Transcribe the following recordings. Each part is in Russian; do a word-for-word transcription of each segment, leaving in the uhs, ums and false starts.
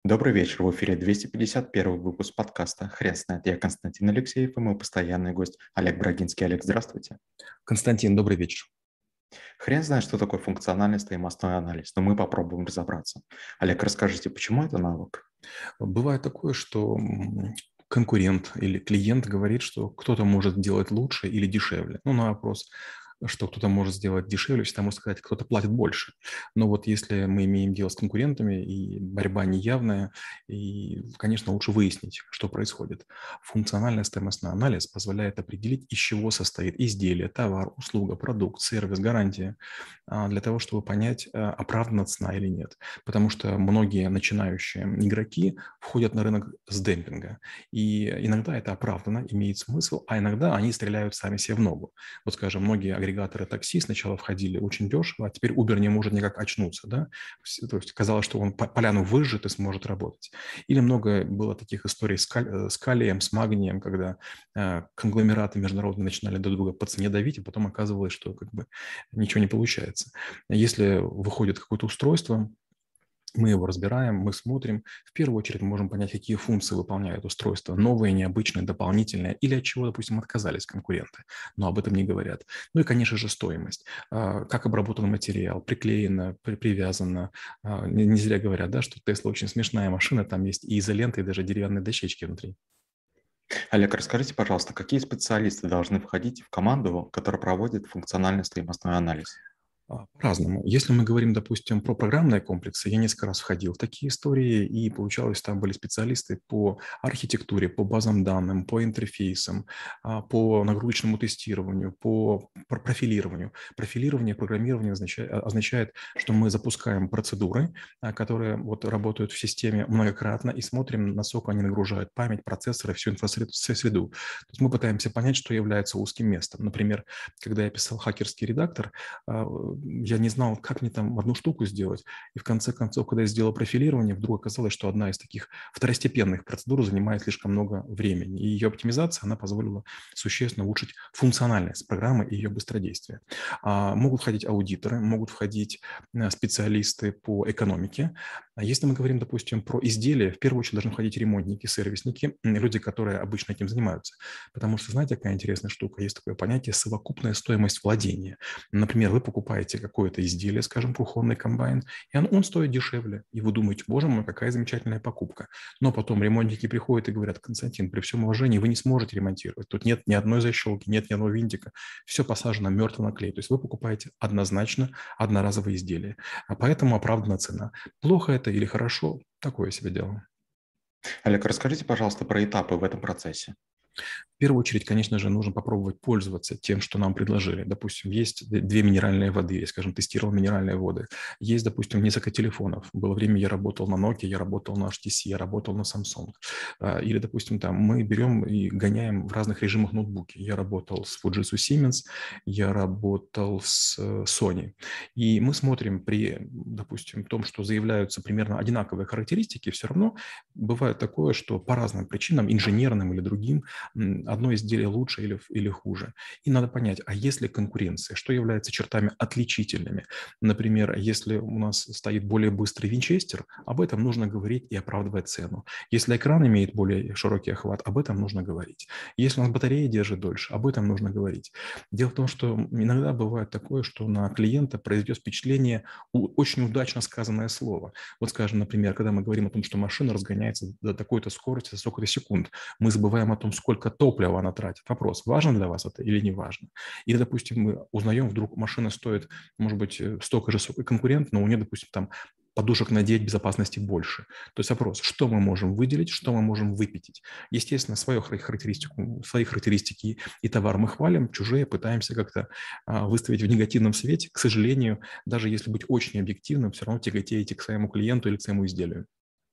Добрый вечер, в эфире двести пятьдесят первый выпуск подкаста «Хрен знает». Я Константин Алексеев и мой постоянный гость Олег Брагинский. Олег, здравствуйте. Константин, добрый вечер. Хрен знает, что такое функциональный стоимостной анализ, но мы попробуем разобраться. Олег, расскажите, почему это навык? Бывает такое, что м, конкурент или клиент говорит, что кто-то может делать лучше или дешевле. Ну, на вопрос, что кто-то может сделать дешевле, всегда можно сказать, кто-то платит больше. Но вот если мы имеем дело с конкурентами, и борьба неявная, и, конечно, лучше выяснить, что происходит. Функциональный стоимостной анализ позволяет определить, из чего состоит изделие, товар, услуга, продукт, сервис, гарантия, а, для того, чтобы понять, а, оправдана цена или нет. Потому что многие начинающие игроки входят на рынок с демпинга. И иногда это оправданно, имеет смысл, а иногда они стреляют сами себе в ногу. Вот, скажем, многие агрегаторы такси сначала входили очень дешево, а теперь Uber не может никак очнуться. Да? То есть казалось, что он поляну выжжет и сможет работать. Или много было таких историй с, каль- с калием, с магнием, когда э, конгломераты международные начинали друг друга по цене давить, и потом оказывалось, что как бы ничего не получается. Если выходит какое-то устройство, мы его разбираем, мы смотрим. В первую очередь мы можем понять, какие функции выполняет устройство. Новые, необычные, дополнительные. Или от чего, допустим, отказались конкуренты. Но об этом не говорят. Ну и, конечно же, стоимость. А, Как обработан материал, приклеено, при- привязано. А, Не не зря говорят, да, что Тесла очень смешная машина. Там есть и изолента, и даже деревянные дощечки внутри. Олег, расскажите, пожалуйста, какие специалисты должны входить в команду, которая проводит функциональный стоимостной анализ? А, По-разному. Если мы говорим, допустим, про программные комплексы, я несколько раз входил в такие истории, и получалось, там были специалисты по архитектуре, по базам данным, по интерфейсам, а, по нагрузочному тестированию, по пр- профилированию. Профилирование, программирование означает, означает, что мы запускаем процедуры, а, которые вот работают в системе многократно, и смотрим, насколько они нагружают память, процессоры, всю инфрасреду. То есть мы пытаемся понять, что является узким местом. Например, когда я писал хакерский редактор, а, я не знал, как мне там одну штуку сделать. И в конце концов, когда я сделал профилирование, вдруг оказалось, что одна из таких второстепенных процедур занимает слишком много времени. И ее оптимизация, она позволила существенно улучшить функциональность программы и ее быстродействие. А, Могут входить аудиторы, могут входить э, специалисты по экономике. А Если мы говорим, допустим, про изделия, в первую очередь должны входить ремонтники, сервисники, м, люди, которые обычно этим занимаются. Потому что, знаете, какая интересная штука? Есть такое понятие совокупная стоимость владения. Например, вы покупаете какое-то изделие, скажем, кухонный комбайн, и он, он стоит дешевле. И вы думаете, боже мой, какая замечательная покупка. Но потом ремонтники приходят и говорят: Константин, при всем уважении, вы не сможете ремонтировать. Тут нет ни одной защелки, нет ни одного винтика. Все посажено мертво на клей. То есть вы покупаете однозначно одноразовые изделия. А поэтому оправдана цена. Плохо это или хорошо, такое себе дело. Олег, расскажите, пожалуйста, про этапы в этом процессе. В первую очередь, конечно же, нужно попробовать пользоваться тем, что нам предложили. Допустим, есть две минеральные воды, я, скажем, тестировал минеральные воды. Есть, допустим, несколько телефонов. Было время, я работал на Nokia, я работал на эйч ти си, я работал на Samsung. А, Или, допустим, там мы берем и гоняем в разных режимах ноутбуки. Я работал с Fujitsu Siemens, я работал с э, Sony. И мы смотрим при, допустим, том, что заявляются примерно одинаковые характеристики, все равно бывает такое, что по разным причинам, инженерным или другим, одно изделие лучше или, или хуже. И надо понять, а есть ли конкуренция, что является чертами отличительными. Например, если у нас стоит более быстрый винчестер, об этом нужно говорить и оправдывать цену. Если экран имеет более широкий охват, об этом нужно говорить. Если у нас батарея держит дольше, об этом нужно говорить. Дело в том, что иногда бывает такое, что на клиента произойдет впечатление очень удачно сказанное слово. Вот, скажем, например, когда мы говорим о том, что машина разгоняется до такой-то скорости, за столько-то секунд, мы забываем о том, сколько топлива она тратит. Вопрос, важно для вас это или не важно? Или, допустим, мы узнаем, вдруг машина стоит, может быть, столько же, сколько конкурент, но у нее, допустим, там подушек на девять безопасности больше. То есть вопрос, что мы можем выделить, что мы можем выпятить. Естественно, свою характеристику, свои характеристики и товар мы хвалим, чужие пытаемся как-то а, выставить в негативном свете. К сожалению, даже если быть очень объективным, все равно тяготеете к своему клиенту или к своему изделию.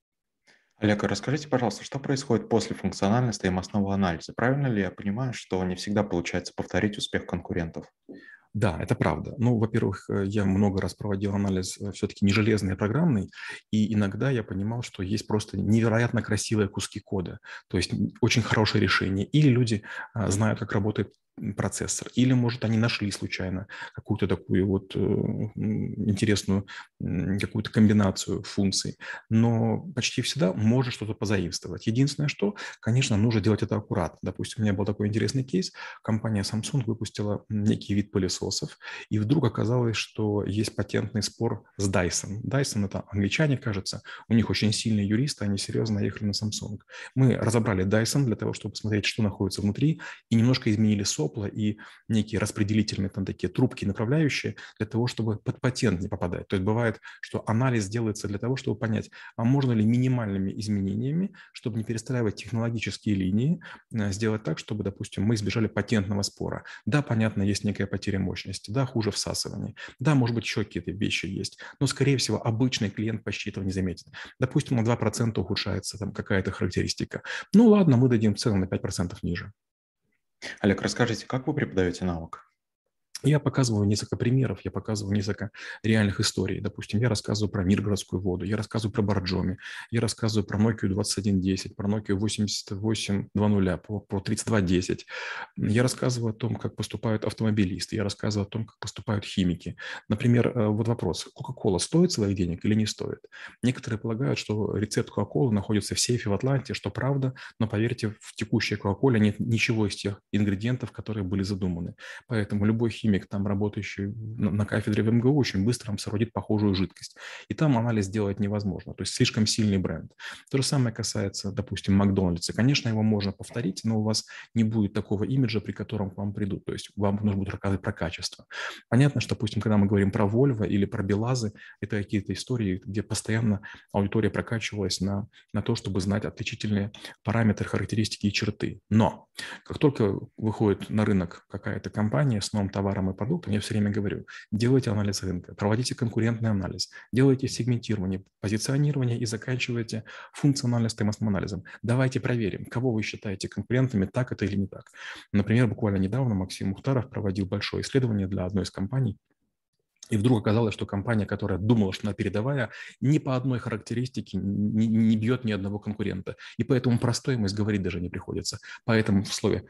Олег, а расскажите, пожалуйста, что происходит после функционального стоимостного анализа? Правильно ли я понимаю, что не всегда получается повторить успех конкурентов? Да, это правда. Ну, во-первых, э, я много раз проводил анализ э, все-таки не железный, а программный, и иногда я понимал, что есть просто невероятно красивые куски кода, то есть м, очень хорошее решение. Или люди а, знают, как работает процессор, или, может, они нашли случайно какую-то такую вот э, интересную какую-то комбинацию функций, но почти всегда может что-то позаимствовать. Единственное, что, конечно, нужно делать это аккуратно. Допустим, у меня был такой интересный кейс. Компания Samsung выпустила некий вид пылесосов, и вдруг оказалось, что есть патентный спор с Dyson. Dyson – это англичане, кажется, у них очень сильные юристы, они серьезно ехали на Samsung. Мы разобрали Dyson для того, чтобы посмотреть, что находится внутри, и немножко изменили сопла и некие распределительные там такие трубки направляющие для того, чтобы под патент не попадать. То есть бывает, что анализ делается для того, чтобы понять, а можно ли минимальными изменениями, чтобы не перестраивать технологические линии, сделать так, чтобы, допустим, мы избежали патентного спора. Да, понятно, есть некая потеря мощности, да, хуже всасывание, да, может быть, еще какие-то вещи есть, но, скорее всего, обычный клиент почти этого не заметит. Допустим, на два процента ухудшается там какая-то характеристика. Ну ладно, мы дадим цену на пять процентов ниже. Олег, расскажите, как вы преподаете навык? Я показываю несколько примеров, я показываю несколько реальных историй. Допустим, я рассказываю про Миргородскую воду, я рассказываю про Боржоми, я рассказываю про Nokia двадцать один десять, про Nokia восемьдесят восемь двадцать, про, про тридцать два десять. Я рассказываю о том, как поступают автомобилисты, я рассказываю о том, как поступают химики. Например, вот вопрос, Coca-Cola стоит своих денег или не стоит? Некоторые полагают, что рецепт Coca-Cola находится в сейфе в Атланте, что правда, но поверьте, в текущей Coca-Cola нет ничего из тех ингредиентов, которые были задуманы. Поэтому любой химик, химик, там, работающий на кафедре в эм гэ у, очень быстро соорудит похожую жидкость. И там анализ сделать невозможно. То есть слишком сильный бренд. То же самое касается, допустим, Макдональдса. Конечно, его можно повторить, но у вас не будет такого имиджа, при котором к вам придут. То есть вам нужно будет рассказывать про качество. Понятно, что, допустим, когда мы говорим про Volvo или про Белазы, это какие-то истории, где постоянно аудитория прокачивалась на, на то, чтобы знать отличительные параметры, характеристики и черты. Но как только выходит на рынок какая-то компания с новым товаром и продуктом, я все время говорю, делайте анализ рынка, проводите конкурентный анализ, делайте сегментирование, позиционирование и заканчивайте функционально-стоимостным анализом. Давайте проверим, кого вы считаете конкурентами, так это или не так. Например, буквально недавно Максим Мухтаров проводил большое исследование для одной из компаний, и вдруг оказалось, что компания, которая думала, что она передовая, ни по одной характеристике не, не бьет ни одного конкурента. И поэтому про стоимость говорить даже не приходится. Поэтому в слове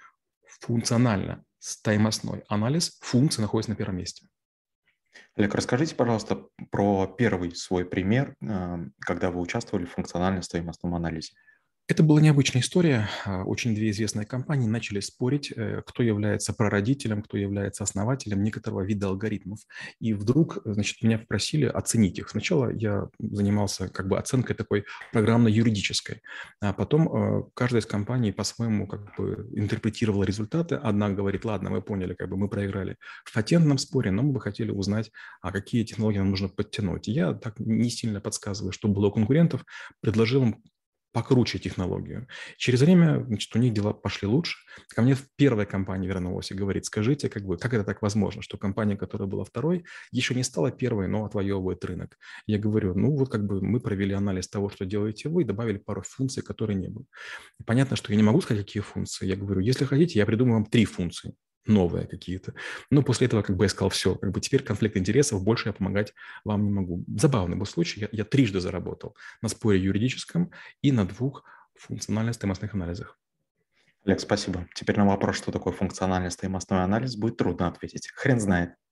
функционально-стоимостной анализ функции находится на первом месте. Олег, расскажите, пожалуйста, про первый свой пример, когда вы участвовали в функционально-стоимостном анализе. Это была необычная история. Очень две известные компании начали спорить, кто является прародителем, кто является основателем некоторого вида алгоритмов. И вдруг, значит, меня попросили оценить их. Сначала я занимался как бы оценкой такой программно-юридической, а потом каждая из компаний по-своему как бы интерпретировала результаты. Одна говорит, ладно, мы поняли, как бы мы проиграли в патентном споре, но мы бы хотели узнать, а какие технологии нам нужно подтянуть. Я так не сильно подсказываю, что было у конкурентов, предложил им покруче технологию. Через время, значит, у них дела пошли лучше. Ко мне в первой компании вернулась и говорит, скажите, как бы, как это так возможно, что компания, которая была второй, еще не стала первой, но отвоевывает рынок. Я говорю, ну вот как бы мы провели анализ того, что делаете вы, и добавили пару функций, которые не было. Понятно, что я не могу сказать, какие функции. Я говорю, если хотите, я придумаю вам три функции. Новые какие-то. Но после этого как бы я сказал, все, как бы теперь конфликт интересов, больше я помогать вам не могу. Забавный был случай, я, я трижды заработал на споре юридическом и на двух функционально-стоимостных анализах. Олег, спасибо. Теперь на вопрос, что такое функционально-стоимостной анализ, будет трудно ответить. Хрен знает.